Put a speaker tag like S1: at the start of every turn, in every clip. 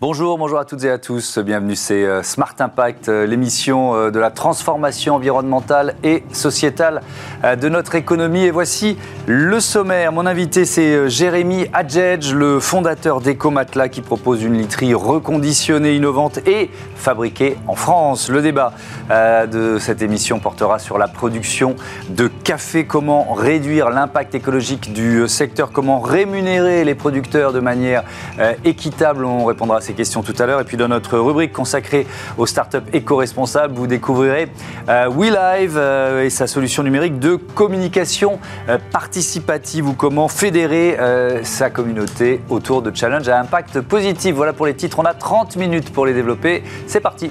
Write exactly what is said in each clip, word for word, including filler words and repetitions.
S1: Bonjour, bonjour à toutes et à tous. Bienvenue, c'est Smart Impact, l'émission de la transformation environnementale et sociétale de notre économie. Et voici le sommaire. Mon invité, c'est Jérémy Adjedj, le fondateur d'Ecomatelas, qui propose une literie reconditionnée, innovante et fabriquée en France. Le débat de cette émission portera sur la production de café, comment réduire l'impact écologique du secteur, comment rémunérer les producteurs de manière équitable. On répondra à ces questions tout à l'heure. Et puis dans notre rubrique consacrée aux startups éco-responsables, vous découvrirez euh, WeLive euh, et sa solution numérique de communication euh, participative, ou comment fédérer euh, sa communauté autour de challenges à impact positif. Voilà pour les titres, on a trente minutes pour les développer. C'est parti.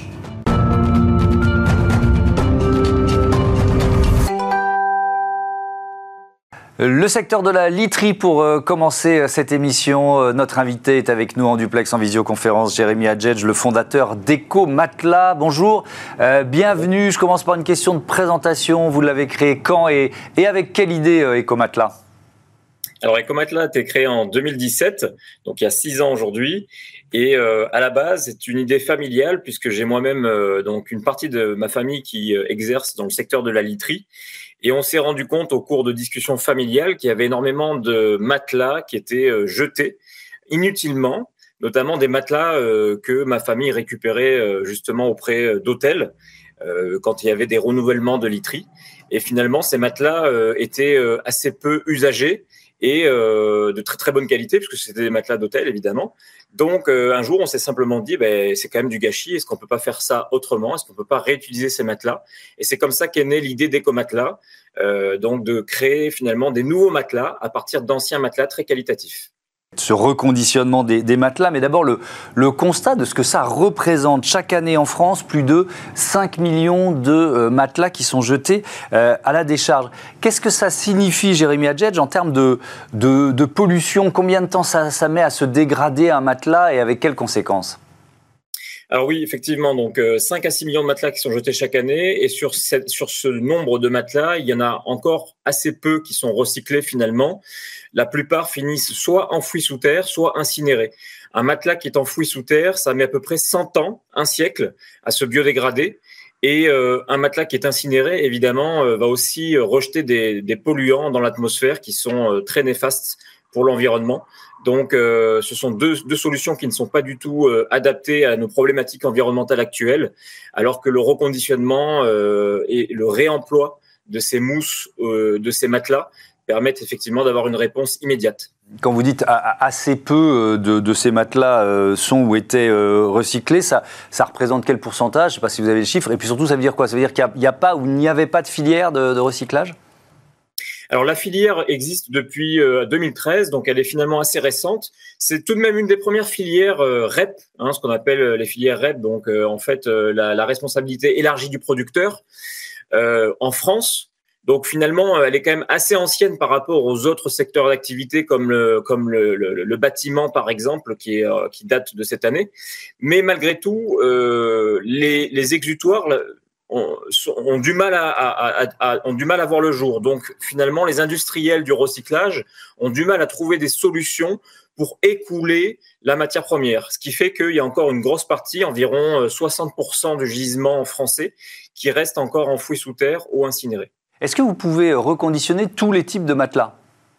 S1: Le secteur de la literie pour euh, commencer cette émission. Euh, notre invité est avec nous en duplex, en visioconférence, Jérémy Adjedj, le fondateur d'Ecomatelas. Bonjour, euh, bienvenue. Je commence par une question de présentation. Vous l'avez créé quand et, et avec quelle idée, euh, Ecomatelas ?
S2: Alors, Ecomatelas a été créé en deux mille dix-sept, donc il y a six ans aujourd'hui. Et euh, à la base, c'est une idée familiale, puisque j'ai moi-même euh, donc une partie de ma famille qui euh, exerce dans le secteur de la literie. Et on s'est rendu compte au cours de discussions familiales qu'il y avait énormément de matelas qui étaient euh, jetés inutilement, notamment des matelas euh, que ma famille récupérait euh, justement auprès d'hôtels euh, quand il y avait des renouvellements de literie. Et finalement, ces matelas euh, étaient euh, assez peu usagés et euh, de très très bonne qualité, puisque c'était des matelas d'hôtel évidemment. Donc euh, un jour, on s'est simplement dit, ben, c'est quand même du gâchis, est-ce qu'on peut pas faire ça autrement, est-ce qu'on peut pas réutiliser ces matelas? Et c'est comme ça qu'est née l'idée d'Ecomatelas, euh, donc de créer finalement des nouveaux matelas à partir d'anciens matelas très qualitatifs.
S1: Ce reconditionnement des, des matelas, mais d'abord le, le constat de ce que ça représente. Chaque année en France, plus de cinq millions de euh, matelas qui sont jetés euh, à la décharge. Qu'est-ce que ça signifie, Jérémy Adjedj, en termes de, de, de pollution? Combien de temps ça, ça met à se dégrader un matelas et avec quelles conséquences?
S2: Alors oui, effectivement, donc euh, cinq à six millions de matelas qui sont jetés chaque année, et sur, cette, sur ce nombre de matelas, il y en a encore assez peu qui sont recyclés finalement. La plupart finissent soit enfouis sous terre, soit incinérés. Un matelas qui est enfoui sous terre, ça met à peu près cent ans, un siècle, à se biodégrader. Et euh, un matelas qui est incinéré, évidemment, euh, va aussi rejeter des, des polluants dans l'atmosphère qui sont euh, très néfastes pour l'environnement. Donc, euh, ce sont deux, deux solutions qui ne sont pas du tout euh, adaptées à nos problématiques environnementales actuelles, alors que le reconditionnement euh, et le réemploi de ces mousses, euh, de ces matelas, permettent effectivement d'avoir une réponse immédiate.
S1: Quand vous dites assez peu de, de ces matelas sont ou étaient recyclés, ça, ça représente quel pourcentage? Je ne sais pas si vous avez les chiffres. Et puis surtout, ça veut dire quoi? Ça veut dire qu'il n'y a, a pas ou il n'y avait pas de filière de, de recyclage?
S2: Alors, la filière existe depuis euh, deux mille treize, donc elle est finalement assez récente. C'est tout de même une des premières filières euh, R E P, hein, ce qu'on appelle les filières R E P, donc euh, en fait euh, la, la responsabilité élargie du producteur euh, en France. Donc finalement, elle est quand même assez ancienne par rapport aux autres secteurs d'activité comme le comme le, le, le bâtiment par exemple, qui est euh, qui date de cette année. Mais malgré tout, euh, les, les exutoires ont, ont du mal à, à, à, à ont du mal à voir le jour. Donc finalement, les industriels du recyclage ont du mal à trouver des solutions pour écouler la matière première, ce qui fait qu'il y a encore une grosse partie, environ soixante pour cent du gisement français, qui reste encore enfoui sous terre ou incinéré.
S1: Est-ce que vous pouvez reconditionner tous les types de matelas?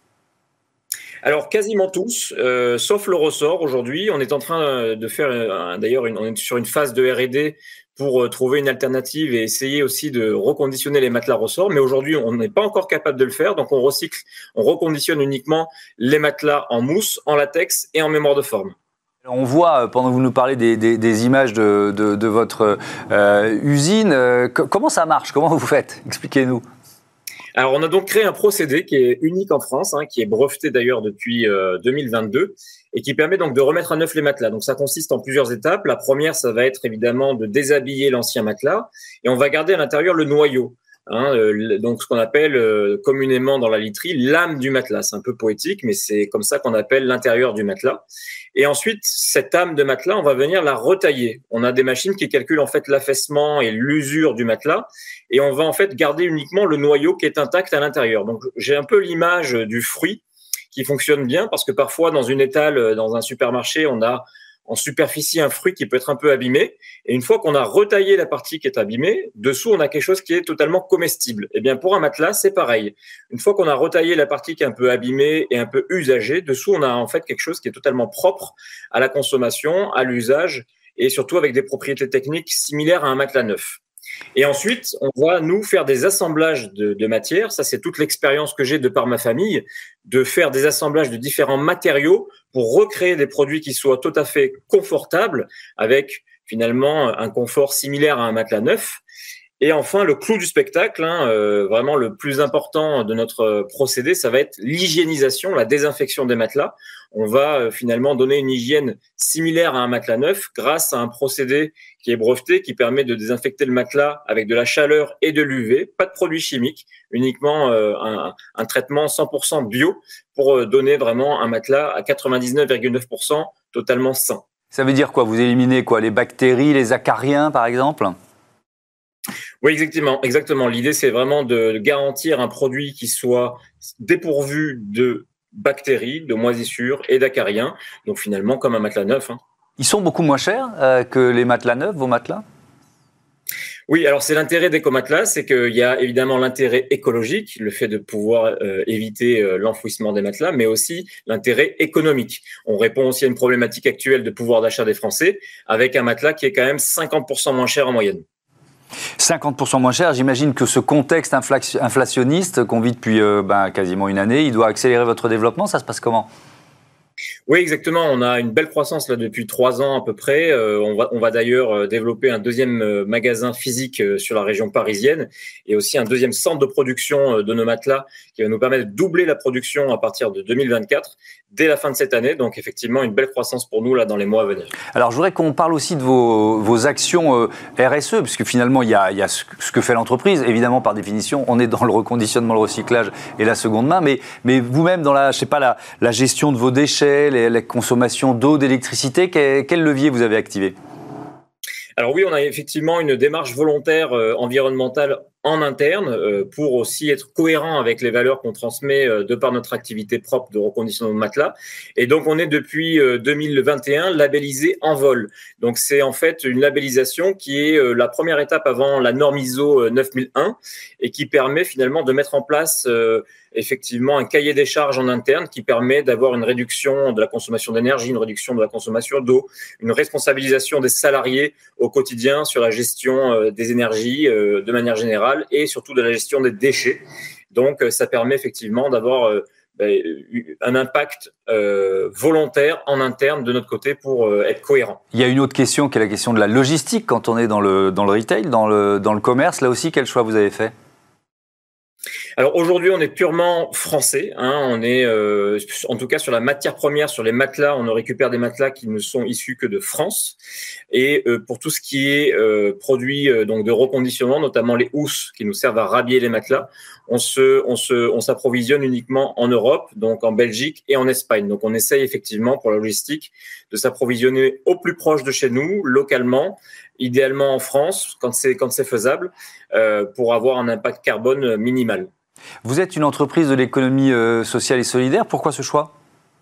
S2: Alors quasiment tous, euh, sauf le ressort aujourd'hui. On est en train de faire, euh, d'ailleurs, une, on est sur une phase de R et D pour euh, trouver une alternative et essayer aussi de reconditionner les matelas ressort. Mais aujourd'hui, on n'est pas encore capable de le faire. Donc on recycle, on reconditionne uniquement les matelas en mousse, en latex et en mémoire de forme.
S1: On voit, pendant que vous nous parlez des, des, des images de, de, de votre euh, usine, euh, comment ça marche? Comment vous faites? Expliquez-nous.
S2: Alors, on a donc créé un procédé qui est unique en France, hein, qui est breveté d'ailleurs depuis euh, deux mille vingt-deux et qui permet donc de remettre à neuf les matelas. Donc, ça consiste en plusieurs étapes. La première, ça va être évidemment de déshabiller l'ancien matelas et on va garder à l'intérieur le noyau. Hein, euh, donc, ce qu'on appelle euh, communément dans la literie l'âme du matelas. C'est un peu poétique, mais c'est comme ça qu'on appelle l'intérieur du matelas. Et ensuite, cette âme de matelas, on va venir la retailler. On a des machines qui calculent en fait l'affaissement et l'usure du matelas, et on va en fait garder uniquement le noyau qui est intact à l'intérieur. Donc, j'ai un peu l'image du fruit qui fonctionne bien, parce que parfois, dans une étale, dans un supermarché, on a en superficie un fruit qui peut être un peu abîmé. Et une fois qu'on a retaillé la partie qui est abîmée, dessous, on a quelque chose qui est totalement comestible. Eh bien, pour un matelas, c'est pareil. Une fois qu'on a retaillé la partie qui est un peu abîmée et un peu usagée, dessous, on a en fait quelque chose qui est totalement propre à la consommation, à l'usage et surtout avec des propriétés techniques similaires à un matelas neuf. Et ensuite, on va nous faire des assemblages de, de matières. Ça, c'est toute l'expérience que j'ai de par ma famille, de faire des assemblages de différents matériaux pour recréer des produits qui soient tout à fait confortables, avec finalement un confort similaire à un matelas neuf. Et enfin, le clou du spectacle, hein, euh, vraiment le plus important de notre procédé, ça va être l'hygiénisation, la désinfection des matelas. On va euh, finalement donner une hygiène similaire à un matelas neuf grâce à un procédé qui est breveté, qui permet de désinfecter le matelas avec de la chaleur et de l'U V, pas de produits chimiques, uniquement euh, un, un traitement cent pour cent bio pour euh, donner vraiment un matelas à quatre-vingt-dix-neuf virgule neuf pour cent totalement sain.
S1: Ça veut dire quoi? Vous éliminez quoi? Les bactéries, les acariens, par exemple?
S2: Oui, exactement. Exactement. L'idée, c'est vraiment de garantir un produit qui soit dépourvu de bactéries, de moisissures et d'acariens. Donc finalement, comme un matelas neuf. Hein.
S1: Ils sont beaucoup moins chers euh, que les matelas neufs, vos matelas?
S2: Oui, alors c'est l'intérêt d'Ecomatelas, c'est qu'il y a évidemment l'intérêt écologique, le fait de pouvoir euh, éviter euh, l'enfouissement des matelas, mais aussi l'intérêt économique. On répond aussi à une problématique actuelle de pouvoir d'achat des Français avec un matelas qui est quand même cinquante pour cent moins cher en moyenne.
S1: cinquante pour cent moins cher, j'imagine que ce contexte inflationniste qu'on vit depuis euh, ben, quasiment une année, il doit accélérer votre développement, ça se passe comment ?
S2: Oui, exactement. On a une belle croissance là depuis trois ans à peu près. Euh, on va, on va d'ailleurs développer un deuxième magasin physique sur la région parisienne et aussi un deuxième centre de production de nos matelas qui va nous permettre de doubler la production à partir de deux mille vingt-quatre dès la fin de cette année. Donc effectivement, une belle croissance pour nous là dans les mois à venir. Alors je voudrais qu'on parle aussi de vos, vos actions R S E, puisque finalement il y a, il y a ce que fait l'entreprise. Évidemment, par définition, on est dans le reconditionnement, le recyclage et la seconde main, mais, mais vous-même dans la, je sais pas, la, la gestion de vos déchets, les, la consommation d'eau, d'électricité, quel, quel levier vous avez activé ? Alors oui, on a effectivement une démarche volontaire euh, environnementale en interne euh, pour aussi être cohérent avec les valeurs qu'on transmet euh, de par notre activité propre de reconditionnement de matelas. Et donc, on est depuis euh, deux mille vingt et un labellisé Envol. Donc, c'est en fait une labellisation qui est euh, la première étape avant la norme I S O neuf mille un et qui permet finalement de mettre en place euh, effectivement un cahier des charges en interne qui permet d'avoir une réduction de la consommation d'énergie, une réduction de la consommation d'eau, une responsabilisation des salariés au quotidien sur la gestion euh, des énergies euh, de manière générale et surtout de la gestion des déchets. Donc, ça permet effectivement d'avoir euh, ben, un impact euh, volontaire en interne de notre côté pour euh, être cohérent.
S1: Il y a une autre question qui est la question de la logistique quand on est dans le, dans le retail, dans le, dans le commerce. Là aussi, quel choix vous avez fait ?
S2: Alors aujourd'hui, on est purement français. Hein, on est, euh, en tout cas, sur la matière première, sur les matelas, on ne récupère des matelas qui ne sont issus que de France. Et euh, pour tout ce qui est euh, produit euh, donc de reconditionnement, notamment les housses qui nous servent à rhabiller les matelas, on se, on se, on s'approvisionne uniquement en Europe, donc en Belgique et en Espagne. Donc on essaye effectivement pour la logistique de s'approvisionner au plus proche de chez nous, localement, idéalement en France quand c'est quand c'est faisable, euh, pour avoir un impact carbone minimal.
S1: Vous êtes une entreprise de l'économie euh, sociale et solidaire. Pourquoi ce choix ?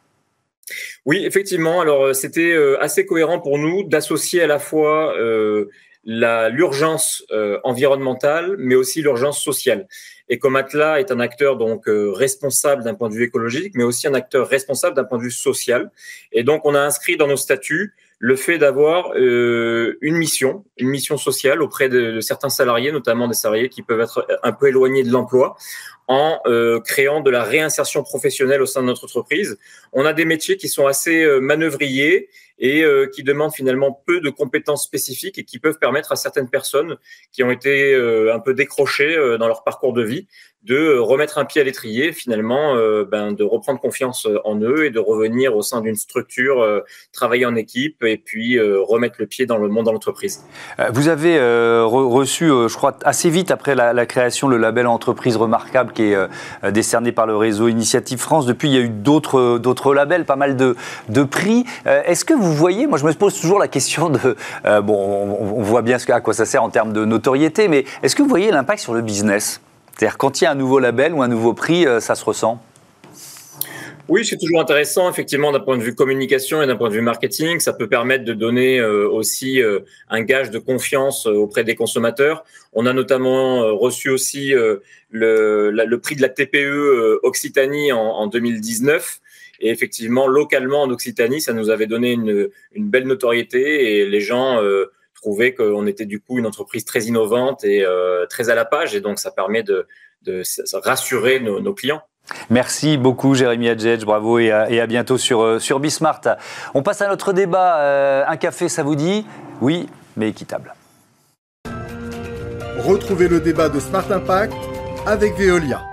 S2: Oui, effectivement. Alors, c'était euh, assez cohérent pour nous d'associer à la fois euh, la, l'urgence euh, environnementale, mais aussi l'urgence sociale. Ecomatelas est un acteur donc euh, responsable d'un point de vue écologique, mais aussi un acteur responsable d'un point de vue social. Et donc, on a inscrit dans nos statuts le fait d'avoir euh, une mission, une mission sociale auprès de, de certains salariés, notamment des salariés qui peuvent être un peu éloignés de l'emploi, en euh, créant de la réinsertion professionnelle au sein de notre entreprise. On a des métiers qui sont assez euh, manœuvriers et euh, qui demandent finalement peu de compétences spécifiques et qui peuvent permettre à certaines personnes qui ont été euh, un peu décrochées euh, dans leur parcours de vie de remettre un pied à l'étrier, finalement, euh, ben, de reprendre confiance en eux et de revenir au sein d'une structure, euh, travailler en équipe et puis euh, remettre le pied dans le monde de l'entreprise.
S1: Vous avez euh, reçu, euh, je crois, assez vite après la, la création, le label Entreprise Remarquable qui est euh, décerné par le réseau Initiative France. Depuis, il y a eu d'autres, d'autres labels, pas mal de, de prix. Euh, est-ce que vous voyez, moi je me pose toujours la question de, euh, bon, on, on voit bien ce, à quoi ça sert en termes de notoriété, mais est-ce que vous voyez l'impact sur le business ? C'est-à-dire quand il y a un nouveau label ou un nouveau prix, ça se ressent ?
S2: Oui, c'est toujours intéressant, effectivement, d'un point de vue communication et d'un point de vue marketing. Ça peut permettre de donner euh, aussi euh, un gage de confiance euh, auprès des consommateurs. On a notamment euh, reçu aussi euh, le, la, le prix de la T P E euh, Occitanie en, en deux mille dix-neuf. Et effectivement, localement en Occitanie, ça nous avait donné une, une belle notoriété et les gens euh, trouvaient qu'on était du coup une entreprise très innovante et euh, très à la page. Et donc, ça permet de, de rassurer nos, nos clients.
S1: Merci beaucoup Jérémy Hadjedj, bravo et à, et à bientôt sur, sur Bismart. On passe à notre débat. Euh, un café, ça vous dit? Oui, mais équitable.
S3: Retrouvez le débat de Smart Impact avec Veolia.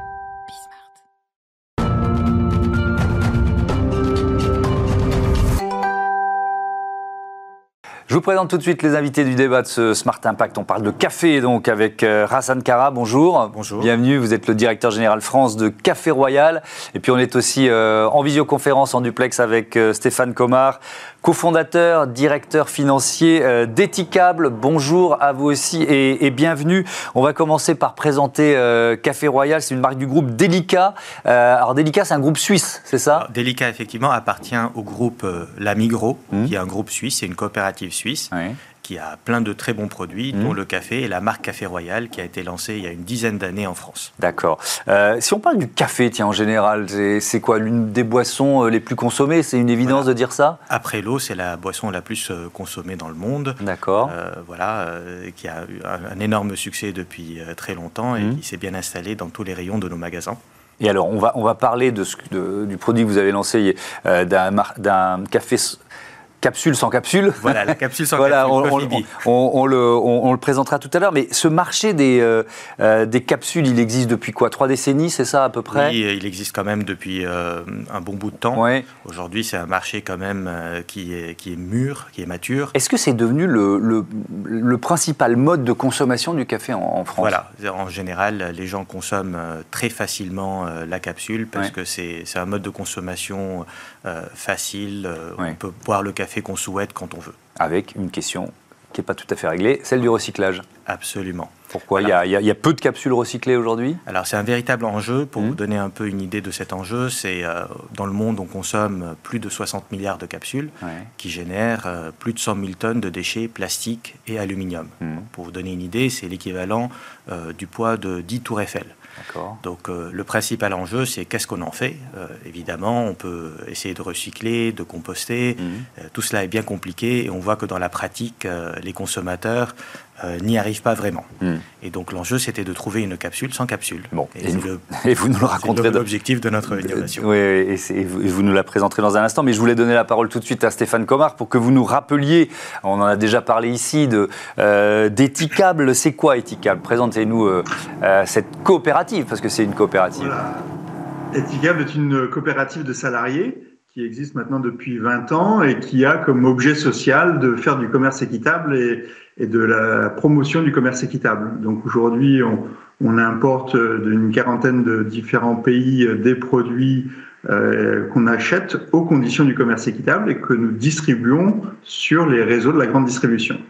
S1: Je vous présente tout de suite les invités du débat de ce Smart Impact. On parle de café donc avec euh, Rassan Kara, bonjour.
S4: Bonjour.
S1: Bienvenue, vous êtes le directeur général France de Café Royal. Et puis on est aussi euh, en visioconférence en duplex avec euh, Stéphane Comard, cofondateur, directeur financier euh, d'Ethicable. Bonjour à vous aussi et, et bienvenue. On va commencer par présenter euh, Café Royal, c'est une marque du groupe Delica. Euh, alors Delica, c'est un groupe suisse, c'est ça?
S4: Alors, Delica, effectivement, appartient au groupe euh, La Migros,
S1: mmh.
S4: qui est un groupe suisse, c'est une coopérative suisse,
S1: oui.
S4: qui a plein de très bons produits,
S1: mmh.
S4: dont le café et la marque Café Royal, qui a été lancée il y a une dizaine d'années en France.
S1: D'accord. Euh, si on parle du café, tiens, en général, c'est, c'est quoi l'une des boissons les plus consommées? C'est une évidence voilà. de dire ça?
S4: Après l'eau, c'est la boisson la plus consommée dans le monde.
S1: D'accord.
S4: Euh, voilà, euh, qui a eu un, un énorme succès depuis euh, très longtemps et mmh. qui s'est bien installé dans tous les rayons de nos magasins.
S1: Et alors, on va, on va parler de ce, de, du produit que vous avez lancé, euh, d'un, d'un café... Capsule sans capsule.
S4: Voilà, la capsule sans
S1: voilà,
S4: capsule.
S1: On, on, on, on, le, on, on le présentera tout à l'heure. Mais ce marché des, euh, euh, des capsules, il existe depuis quoi? Trois décennies, c'est ça à peu près?
S4: Oui, il existe quand même depuis euh, un bon bout de temps.
S1: Ouais.
S4: Aujourd'hui, c'est un marché quand même euh, qui, est, qui est mûr, qui est mature.
S1: Est-ce que c'est devenu le, le, le principal mode de consommation du café en, en France?
S4: Voilà, en général, les gens consomment euh, très facilement euh, la capsule parce ouais. que c'est, c'est un mode de consommation euh, facile. Euh, ouais. On peut boire le café qu'on souhaite quand on veut.
S1: Avec une question qui n'est pas tout à fait réglée, celle du recyclage.
S4: Absolument.
S1: Pourquoi il y, y, y a peu de capsules recyclées aujourd'hui?
S4: Alors c'est un véritable enjeu. Pour mmh. vous donner un peu une idée de cet enjeu, c'est euh, dans le monde on consomme plus de soixante milliards de capsules ouais. qui génèrent euh, plus de cent mille tonnes de déchets plastiques et aluminium. Mmh. Pour vous donner une idée, c'est l'équivalent euh, du poids de dix tours Eiffel.
S1: D'accord.
S4: Donc euh, le principal enjeu, c'est qu'est-ce qu'on en fait. euh, Évidemment, on peut essayer de recycler, de composter. Mmh. Euh, tout cela est bien compliqué et on voit que dans la pratique, euh, les consommateurs euh, n'y arrivent pas vraiment. Mmh. Et donc l'enjeu, c'était de trouver une capsule sans capsule.
S1: Bon,
S4: et,
S1: et,
S4: c'est
S1: vous,
S4: le,
S1: et vous nous le raconterez.
S4: C'est l'objectif de notre innovation.
S1: Oui, et, c'est, et, vous, et vous nous la présenterez dans un instant. Mais je voulais donner la parole tout de suite à Stéphane Comard pour que vous nous rappeliez. On en a déjà parlé ici de euh, d'Ethicable. C'est quoi Ethicable? Présentez-nous euh, euh, cette coopérative, parce que c'est une coopérative.
S5: Voilà. Ethicable est une coopérative de salariés qui existe maintenant depuis vingt ans et qui a comme objet social de faire du commerce équitable et, et de la promotion du commerce équitable. Donc aujourd'hui, on, on importe d'une quarantaine de différents pays des produits euh, qu'on achète aux conditions du commerce équitable et que nous distribuons sur les réseaux de la grande distribution.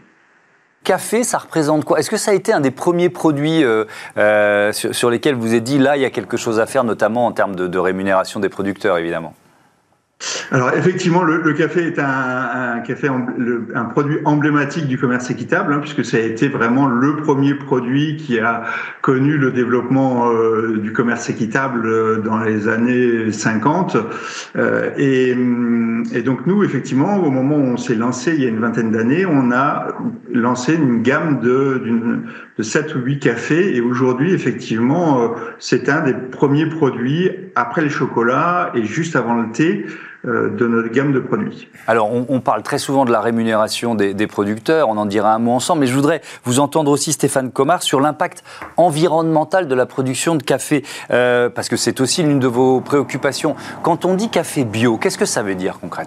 S1: Café, ça représente quoi? Est-ce que ça a été un des premiers produits euh, euh, sur, sur lesquels vous avez dit là, il y a quelque chose à faire, notamment en termes de, de rémunération des producteurs, évidemment?
S5: Alors effectivement, le, le café est un, un, café, le, un produit emblématique du commerce équitable, hein, puisque ça a été vraiment le premier produit qui a connu le développement euh, du commerce équitable dans les années cinquante. Euh, et, et donc nous, effectivement, au moment où on s'est lancé il y a une vingtaine d'années, on a lancé une gamme de, d'une, de sept ou huit cafés. Et aujourd'hui, effectivement, euh, c'est un des premiers produits après les chocolats et juste avant le thé de notre gamme de produits.
S1: Alors, on, on parle très souvent de la rémunération des, des producteurs, on en dira un mot ensemble, mais je voudrais vous entendre aussi, Stéphane Comard, sur l'impact environnemental de la production de café, euh, parce que c'est aussi l'une de vos préoccupations. Quand on dit café bio, qu'est-ce que ça veut dire concrètement ?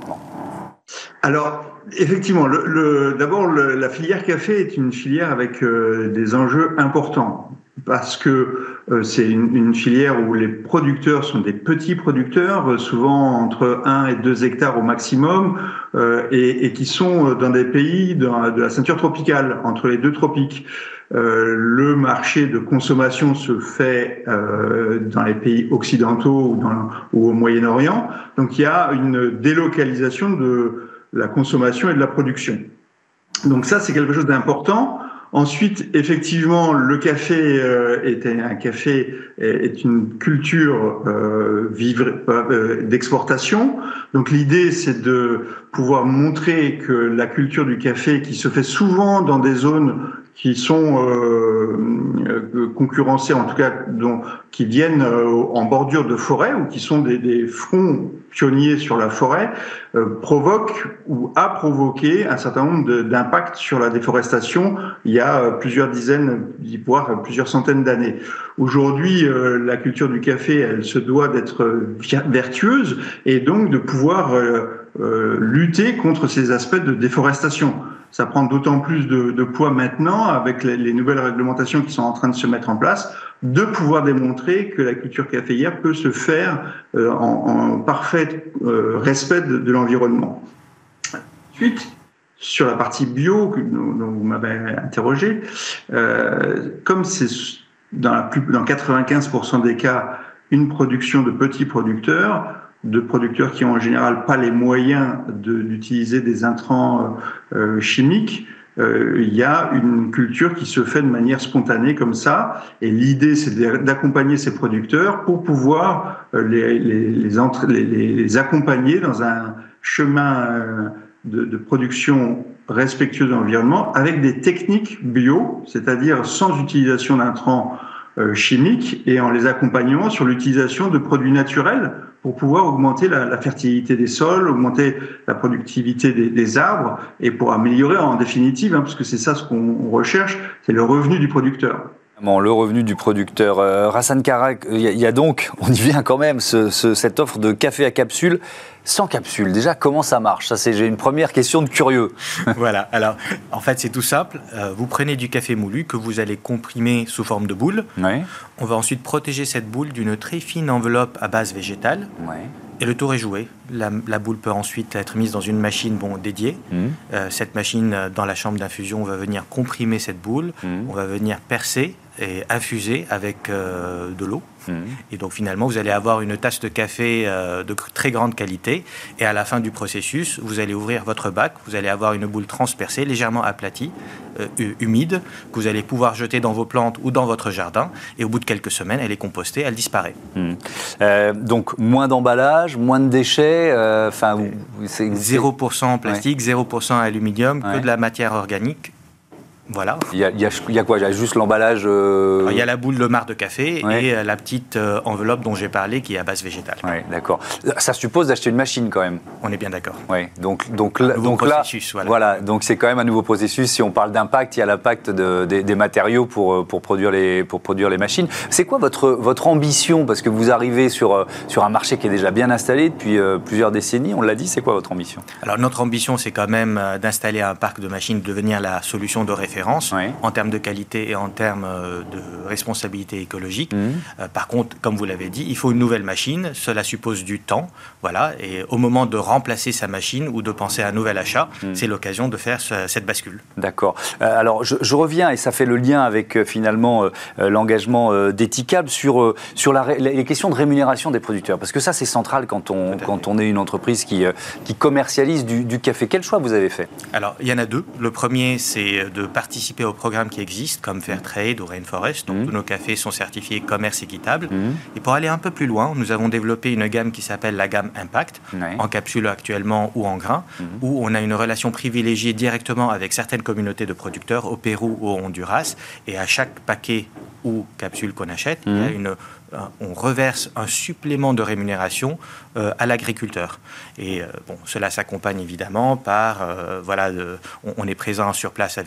S5: Alors, effectivement, le, le, d'abord, le, la filière café est une filière avec euh, des enjeux importants. parce que euh, c'est une, une filière où les producteurs sont des petits producteurs, euh, souvent entre un et deux hectares au maximum, euh, et, et qui sont dans des pays de, de la ceinture tropicale, entre les deux tropiques. Euh, le marché de consommation se fait euh, dans les pays occidentaux ou, dans, ou au Moyen-Orient. Donc il y a une délocalisation de la consommation et de la production. Donc ça, c'est quelque chose d'important. Ensuite, effectivement, le café euh, est un café est une culture euh, vivre, euh, d'exportation. Donc l'idée, c'est de pouvoir montrer que la culture du café, qui se fait souvent dans des zones qui sont euh, concurrencées, en tout cas, dont, qui viennent euh, en bordure de forêt ou qui sont des, des fronts pionniers sur la forêt, euh, provoque ou a provoqué un certain nombre de, d'impacts sur la déforestation il y a plusieurs dizaines, voire plusieurs centaines d'années. Aujourd'hui, euh, la culture du café, elle se doit d'être vertueuse et donc de pouvoir euh, euh, lutter contre ces aspects de déforestation. Ça prend d'autant plus de, de poids maintenant avec les, les nouvelles réglementations qui sont en train de se mettre en place, de pouvoir démontrer que la culture caféière peut se faire euh, en, en parfait euh, respect de, de l'environnement. Ensuite, sur la partie bio dont vous m'avez interrogé, euh, comme c'est dans, la plus, dans quatre-vingt-quinze pour cent des cas une production de petits producteurs, de producteurs qui ont en général pas les moyens de, d'utiliser des intrants euh, chimiques, euh, il y a une culture qui se fait de manière spontanée comme ça. Et l'idée, c'est d'accompagner ces producteurs pour pouvoir euh, les, les, les, entre, les, les accompagner dans un chemin euh, de, de production respectueuse de l'environnement avec des techniques bio, c'est-à-dire sans utilisation d'intrants euh, chimiques et en les accompagnant sur l'utilisation de produits naturels pour pouvoir augmenter la, la fertilité des sols, augmenter la productivité des, des arbres et pour améliorer en définitive, hein, parce que c'est ça ce qu'on recherche, c'est le revenu du producteur.
S1: Le revenu du producteur. Euh, Rassan Karak, il y, y a donc, on y vient quand même, ce, ce, cette offre de café à capsule, sans capsule. Déjà, comment ça marche ? Ça, c'est, j'ai une première question de curieux.
S4: Voilà, alors, en fait, c'est tout simple. Euh, vous prenez du café moulu que vous allez comprimer sous forme de boule. Ouais. On va ensuite protéger cette boule d'une très fine enveloppe à base végétale. Ouais. Et le tour est joué. La, la boule peut ensuite être mise dans une machine bon, dédiée. Mmh. Euh, cette machine, dans la chambre d'infusion, on va venir comprimer cette boule. Mmh. On va venir percer et infuser avec euh, de l'eau. Mmh. Et donc finalement, vous allez avoir une tasse de café euh, de très grande qualité. Et à la fin du processus, vous allez ouvrir votre bac. Vous allez avoir une boule transpercée, légèrement aplatie, euh, humide, que vous allez pouvoir jeter dans vos plantes ou dans votre jardin. Et au bout de quelques semaines, elle est compostée, elle disparaît.
S1: Mmh. Euh, donc moins d'emballage, moins de déchets. Enfin, euh,
S4: c'est zéro pour cent plastique, ouais. zéro pour cent aluminium, ouais. que de la matière organique. Voilà.
S1: Il y a, il y a, il y a quoi ? Il y a juste l'emballage euh...
S4: Alors, il y a la boule de marc de café ouais. et la petite euh, enveloppe dont j'ai parlé qui est à base végétale.
S1: Oui, d'accord. Ça suppose d'acheter une machine quand même.
S4: On est bien d'accord.
S1: Oui, donc, donc, un donc
S4: processus,
S1: là,
S4: voilà.
S1: voilà, donc c'est quand même un nouveau processus. Si on parle d'impact, il y a l'impact de, des, des matériaux pour, pour, produire les, pour produire les machines. C'est quoi votre, votre ambition ? Parce que vous arrivez sur, sur un marché qui est déjà bien installé depuis euh, plusieurs décennies, on l'a dit, c'est quoi votre ambition ?
S4: Alors notre ambition, c'est quand même euh, d'installer un parc de machines, de devenir la solution de référence. Oui. En termes de qualité et en termes de responsabilité écologique. Mmh. Euh, par contre, comme vous l'avez dit, il faut une nouvelle machine. Cela suppose du temps. Voilà. Et au moment de remplacer sa machine ou de penser à un nouvel achat, mmh. c'est l'occasion de faire ce, cette bascule.
S1: D'accord. Euh, alors, je, je reviens, et ça fait le lien avec euh, finalement euh, l'engagement euh, d'Ethicab sur, euh, sur la, les questions de rémunération des producteurs. Parce que ça, c'est central quand on, quand on est une entreprise qui, euh, qui commercialise du, du café. Quel choix vous avez fait ?
S4: Alors, il y en a deux. Le premier, c'est de participer au programme qui existent comme Fairtrade ou Rainforest. Donc, mmh. tous nos cafés sont certifiés commerce équitable. Mmh. Et pour aller un peu plus loin, nous avons développé une gamme qui s'appelle la gamme Impact, ouais. en capsule actuellement ou en grains, mmh. où on a une relation privilégiée directement avec certaines communautés de producteurs au Pérou ou au Honduras. Et à chaque paquet ou capsule qu'on achète, mmh. il y a une... on reverse un supplément de rémunération euh, à l'agriculteur. Et euh, bon, cela s'accompagne évidemment par, euh, voilà, de, on, on est présent sur place avec eux pour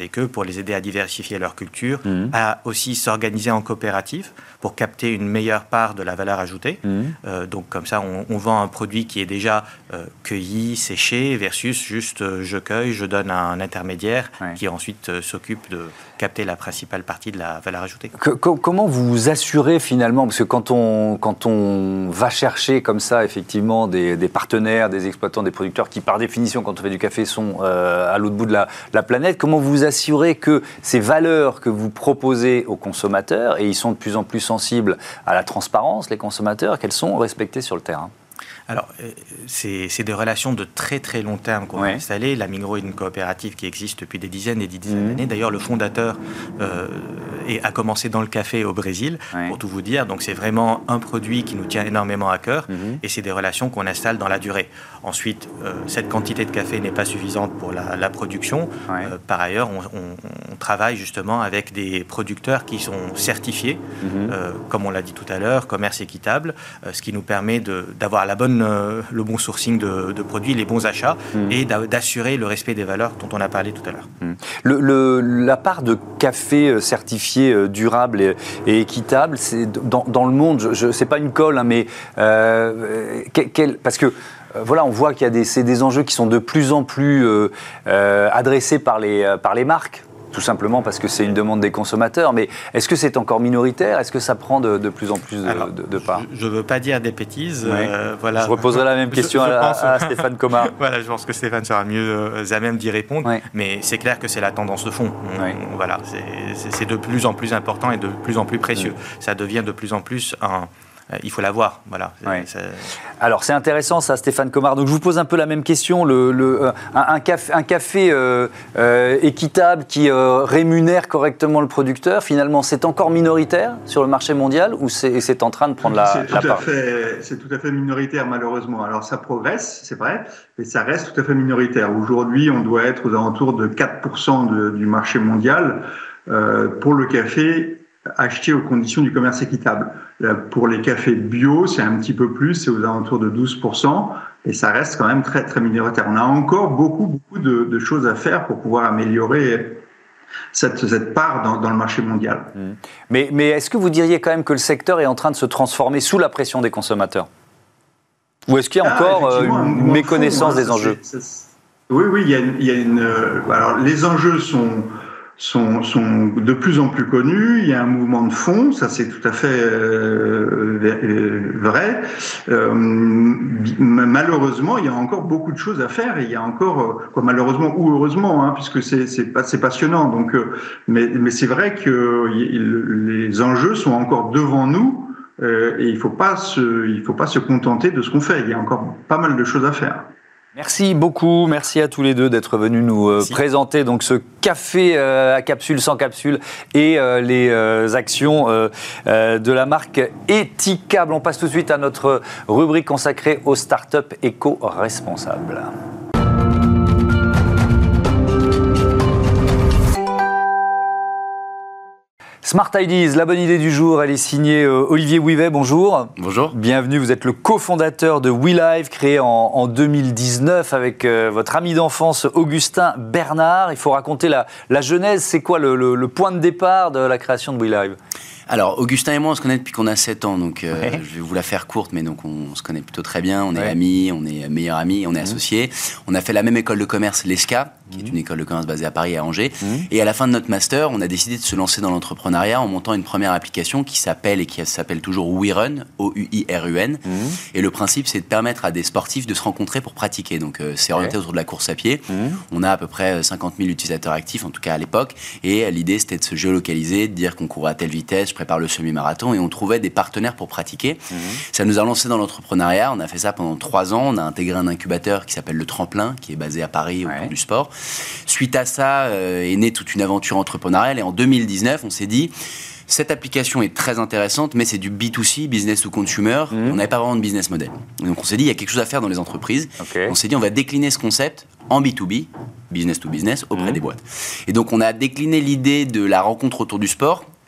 S4: pour les aider à diversifier leur culture,
S1: mmh.
S4: à aussi s'organiser en coopérative pour capter une meilleure part de la valeur ajoutée. Mmh. Euh, donc comme ça, on, on vend un produit qui est déjà euh, cueilli, séché, versus juste euh, je cueille, je donne à un intermédiaire ouais. qui ensuite euh, s'occupe de capter la principale partie de la valeur ajoutée.
S1: Que, que, comment vous vous assurez finalement, parce que quand on, quand on va chercher comme ça effectivement des, des partenaires, des exploitants, des producteurs qui par définition quand on fait du café sont euh, à l'autre bout de la, la planète, comment vous vous assurez que ces valeurs que vous proposez aux consommateurs, et ils sont de plus en plus sensibles à la transparence, les consommateurs, qu'elles sont respectées sur le terrain?
S4: Alors, c'est, c'est des relations de très très long terme qu'on ouais. a installées. La Mingro est une coopérative qui existe depuis des dizaines et des dizaines mmh. d'années. D'ailleurs, le fondateur euh, est, a commencé dans le café au Brésil, ouais. pour tout vous dire. Donc, c'est vraiment un produit qui nous tient énormément à cœur. Mmh. Et c'est des relations qu'on installe dans la durée. Ensuite, euh, cette quantité de café n'est pas suffisante pour la, la production. Ouais. Euh, par ailleurs, on, on, on travaille justement avec des producteurs qui sont certifiés, mmh. euh, comme on l'a dit tout à l'heure, commerce équitable, euh, ce qui nous permet de, d'avoir la bonne le bon sourcing de, de produits, les bons achats mmh. et d'assurer le respect des valeurs dont on a parlé tout à l'heure.
S1: Mmh. Le, le, la part de café certifié durable et, et équitable, c'est dans, dans le monde, je, je, c'est pas une colle, hein, mais euh, quel, parce que voilà, on voit qu'il y a des, c'est des enjeux qui sont de plus en plus euh, euh, adressés par les, par les marques. Tout simplement parce que c'est une demande des consommateurs. Mais est-ce que c'est encore minoritaire? Est-ce que ça prend de, de plus en plus de, Alors, de, de part?
S4: Je ne veux pas dire des bêtises.
S1: Oui.
S4: Euh, voilà.
S1: Je reposerai la même question je, je à, pense... à Stéphane Comard.
S4: Voilà, je pense que Stéphane sera mieux à même d'y répondre. Oui. Mais c'est clair que c'est la tendance de fond. On,
S1: oui.
S4: on, voilà, c'est, c'est, c'est de plus en plus important et de plus en plus précieux. Oui. Ça devient de plus en plus un... Il faut l'avoir, voilà.
S1: Oui. Alors c'est intéressant ça, Stéphane Comard. Donc je vous pose un peu la même question. Le, le, un, un café, un café euh, euh, équitable qui euh, rémunère correctement le producteur, finalement, c'est encore minoritaire sur le marché mondial ou c'est, c'est en train de prendre la,
S5: c'est
S1: la
S5: tout
S1: part?
S5: À fait, c'est tout à fait minoritaire malheureusement. Alors ça progresse, c'est vrai, mais ça reste tout à fait minoritaire. Aujourd'hui, on doit être aux alentours de quatre pour cent de, du marché mondial euh, pour le café acheté aux conditions du commerce équitable. Là, pour les cafés bio, c'est un petit peu plus, c'est aux alentours de douze pour cent, et ça reste quand même très, très minoritaire. On a encore beaucoup, beaucoup de, de choses à faire pour pouvoir améliorer cette, cette part dans, dans le marché mondial.
S1: Mmh. Mais, mais est-ce que vous diriez quand même que le secteur est en train de se transformer sous la pression des consommateurs? Ou est-ce qu'il y a encore ah, une méconnaissance fond, des enjeux?
S5: c'est, c'est... Oui, oui, il y a, il y a une... Alors, les enjeux sont... Sont, sont de plus en plus connus. Il y a un mouvement de fond, ça c'est tout à fait euh, vrai. Euh, malheureusement, il y a encore beaucoup de choses à faire et il y a encore, quoi, malheureusement ou heureusement, hein, puisque c'est, c'est, c'est passionnant. Donc, euh, mais, mais c'est vrai que les enjeux sont encore devant nous euh, et il faut pas se, il faut pas se contenter de ce qu'on fait. Il y a encore pas mal de choses à faire.
S1: Merci beaucoup, merci à tous les deux d'être venus nous euh, présenter donc ce café euh, à capsule sans capsule et euh, les euh, actions euh, euh, de la marque Etikable. On passe tout de suite à notre rubrique consacrée aux startups éco-responsables. Smart Ideas, la bonne idée du jour, elle est signée euh, Olivier Ouivet, bonjour.
S6: Bonjour.
S1: Bienvenue, vous êtes le cofondateur de WeLive, créé en, en deux mille dix-neuf avec euh, votre ami d'enfance Augustin Bernard. Il faut raconter la, la genèse, c'est quoi le, le, le point de départ de la création de WeLive ?
S6: Alors, Augustin et moi, on se connaît depuis qu'on a sept ans, donc euh, ouais. je vais vous la faire courte, mais donc on, on se connaît plutôt très bien, on est ouais. amis, on est meilleurs amis, on est mmh. associés. On a fait la même école de commerce, l'E S C A, qui mmh. est une école de commerce basée à Paris et à Angers. Mmh. Et à la fin de notre master, on a décidé de se lancer dans l'entrepreneuriat en montant une première application qui s'appelle et qui s'appelle toujours WeRun, O U I R U N. Mmh. Et le principe, c'est de permettre à des sportifs de se rencontrer pour pratiquer. Donc, euh, c'est orienté ouais. autour de la course à pied. Mmh. On a à peu près cinquante mille utilisateurs actifs, en tout cas à l'époque. Et l'idée, c'était de se géolocaliser, de dire qu'on court à telle vitesse, je prépare le semi-marathon. Et on trouvait des partenaires pour pratiquer. Mmh. Ça nous a lancé dans l'entrepreneuriat. On a fait ça pendant trois ans. On a intégré un incubateur qui s'appelle le Tremplin, qui est basé à Paris autour ouais. du sport. Suite à ça, euh, est née toute une aventure entrepreneuriale. Et en deux mille dix-neuf, on s'est dit, cette application est très intéressante, mais c'est du B deux C, business to consumer. Mmh. On n'avait pas vraiment de business model. Donc on s'est dit, il y a quelque chose à faire dans les entreprises. Okay. On s'est dit, on va décliner ce concept en B deux B, business to business, auprès mmh. des boîtes. Et donc on a décliné l'idée de la rencontre autour du sport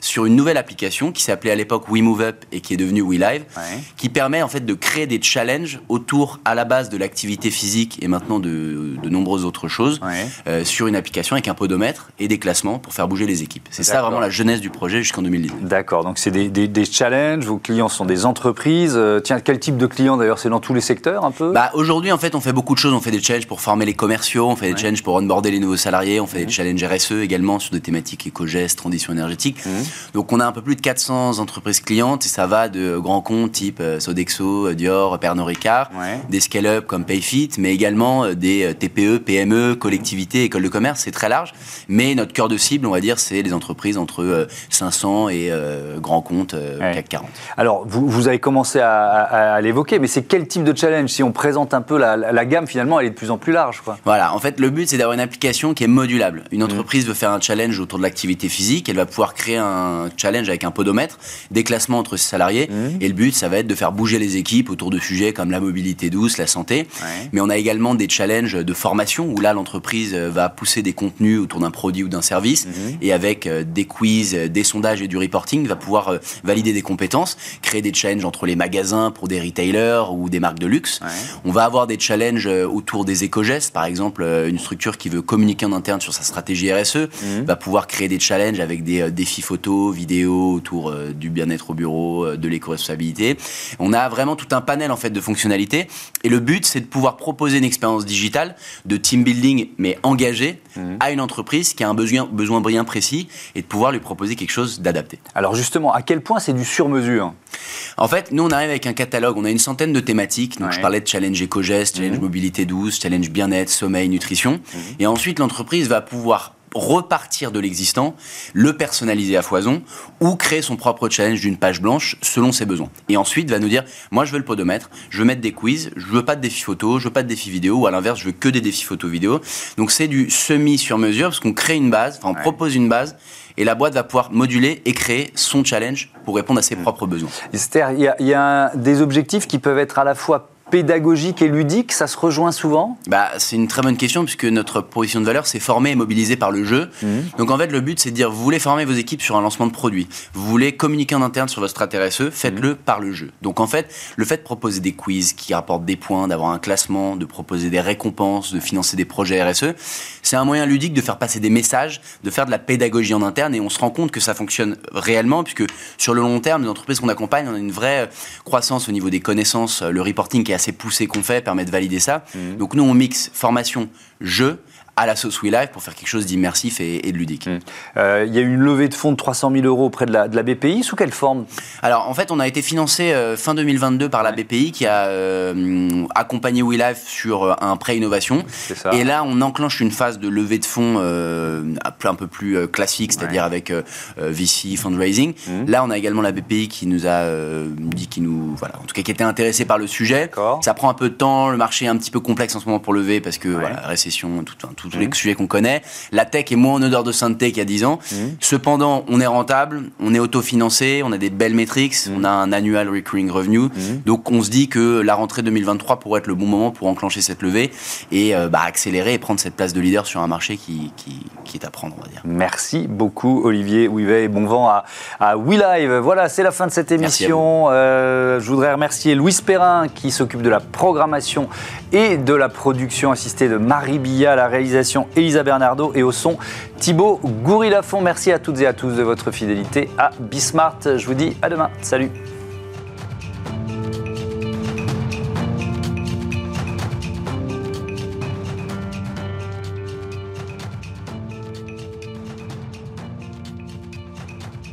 S6: sur une nouvelle application qui s'appelait à l'époque WeMoveUp et qui est devenue WeLive,
S1: ouais.
S6: qui permet en fait de créer des challenges autour à la base de l'activité physique et maintenant de, de nombreuses autres choses
S1: ouais.
S6: euh, sur une application avec un podomètre et des classements pour faire bouger les équipes. C'est
S1: D'accord.
S6: ça vraiment la genèse du projet jusqu'en deux mille dix-neuf.
S1: D'accord, donc c'est des, des, des challenges, vos clients sont des entreprises. Euh, tiens, quel type de clients d'ailleurs? C'est dans tous les secteurs un peu?
S6: Bah, aujourd'hui, en fait, on fait beaucoup de choses. On fait des challenges pour former les commerciaux, on fait des ouais. challenges pour onboarder les nouveaux salariés, on fait mmh. des challenges R S E également sur des thématiques éco-gestes, transition énergétique. Mmh. Donc, on a un peu plus de quatre cents entreprises clientes et ça va de grands comptes type euh, Sodexo, Dior, Pernod Ricard, ouais. des scale-up comme Payfit, mais également euh, des T P E, P M E, collectivités, écoles de commerce. C'est très large. Mais notre cœur de cible, on va dire, c'est les entreprises entre euh, cinq cents et euh, grands comptes euh, ouais. C A C quarante.
S1: Alors, vous, vous avez commencé à, à, à l'évoquer, mais c'est quel type de challenge? Si on présente un peu la, la, la gamme, finalement, elle est de plus en plus large, quoi.
S6: Voilà, en fait, le but, c'est d'avoir une application qui est modulable. Une entreprise mmh. veut faire un challenge autour de l'activité physique, elle va pouvoir créer un challenge avec un podomètre, des classements entre ses salariés, mmh. et le but, ça va être de faire bouger les équipes autour de sujets comme la mobilité douce, la santé. Ouais. Mais on a également des challenges de formation, où là, l'entreprise va pousser des contenus autour d'un produit ou d'un service, mmh. et avec euh, des quiz, des sondages et du reporting, va pouvoir euh, valider des compétences, créer des challenges entre les magasins pour des retailers ou des marques de luxe. Ouais. On va avoir des challenges autour des éco-gestes, par exemple une structure qui veut communiquer en interne sur sa stratégie R S E mmh. va pouvoir créer des challenges avec des euh, défis photos, vidéos autour euh, du bien-être au bureau, euh, de l'éco-responsabilité. On a vraiment tout un panel en fait de fonctionnalités et le but c'est de pouvoir proposer une expérience digitale de team building mais engagée mmh. à une entreprise qui a un besoin, besoin bien précis et de pouvoir lui proposer quelque chose d'adapté.
S1: Alors justement, à quel point c'est du sur-mesure?
S6: En fait, nous on arrive avec un catalogue, on a une centaine de thématiques, donc ouais. je parlais de challenge éco-geste, challenge mmh. mobilité douce, challenge bien-être, sommeil, nutrition, mmh. et ensuite l'entreprise va pouvoir repartir de l'existant, le personnaliser à foison ou créer son propre challenge d'une page blanche selon ses besoins. Et ensuite va nous dire, moi je veux le podomètre, je veux mettre des quiz, je veux pas de défis photo, je veux pas de défis vidéo ou à l'inverse je veux que des défis photo vidéo. Donc c'est du semi sur mesure parce qu'on crée une base, enfin on ouais. propose une base et la boîte va pouvoir moduler et créer son challenge pour répondre à ses mmh. propres besoins.
S1: Esther, il y a, y a des objectifs qui peuvent être à la fois pédagogique et ludique, ça se rejoint souvent?
S6: Bah, c'est une très bonne question puisque notre proposition de valeur, c'est former et mobiliser par le jeu. Mmh. Donc en fait, le but, c'est de dire, vous voulez former vos équipes sur un lancement de produit, vous voulez communiquer en interne sur votre stratégie R S E, faites-le mmh. par le jeu. Donc en fait, le fait de proposer des quiz qui rapportent des points, d'avoir un classement, de proposer des récompenses, de financer des projets R S E, c'est un moyen ludique de faire passer des messages, de faire de la pédagogie en interne et on se rend compte que ça fonctionne réellement puisque sur le long terme, les entreprises qu'on accompagne, on a une vraie croissance au niveau des connaissances, le reporting qui est assez poussé qu'on fait permet de valider ça. Mmh. Donc nous, on mixe formation, jeu, à la sauce WeLive pour faire quelque chose d'immersif et, et de ludique.
S1: Mmh. Euh, il y a eu une levée de fonds de trois cent mille euros auprès de la, de la B P I. Sous quelle forme?
S6: Alors, en fait, on a été financé euh, fin deux mille vingt-deux par la B P I qui a euh, accompagné WeLive sur euh, un prêt innovation. C'est ça. Et là, on enclenche une phase de levée de fonds euh, un peu plus euh, classique, c'est-à-dire ouais. avec euh, V C, fundraising. Mmh. Là, on a également la B P I qui nous a euh, dit, qui nous, voilà, en tout cas, qui était intéressée par le sujet. D'accord. Ça prend un peu de temps. Le marché est un petit peu complexe en ce moment pour lever parce que ouais. voilà, récession, tout, tout tous mmh. les sujets qu'on connaît. La tech est moins en odeur de sainteté qu'il y a dix ans. Mmh. Cependant, on est rentable, on est autofinancé, on a des belles métriques, mmh. on a un annual recurring revenue. Mmh. Donc, on se dit que la rentrée deux mille vingt-trois pourrait être le bon moment pour enclencher cette levée et euh, bah, accélérer et prendre cette place de leader sur un marché qui, qui, qui est à prendre, on va dire.
S1: Merci beaucoup, Olivier Ouivet, et bon vent à, à WeLive. Voilà, c'est la fin de cette émission. Euh, je voudrais remercier Louise Perrin qui s'occupe de la programmation et de la production assistée de Marie Billat à la réalisation, Elisa Bernardo et au son Thibaut Goury-Lafont. Merci à toutes et à tous de votre fidélité à Bismart. Je vous dis à demain. Salut.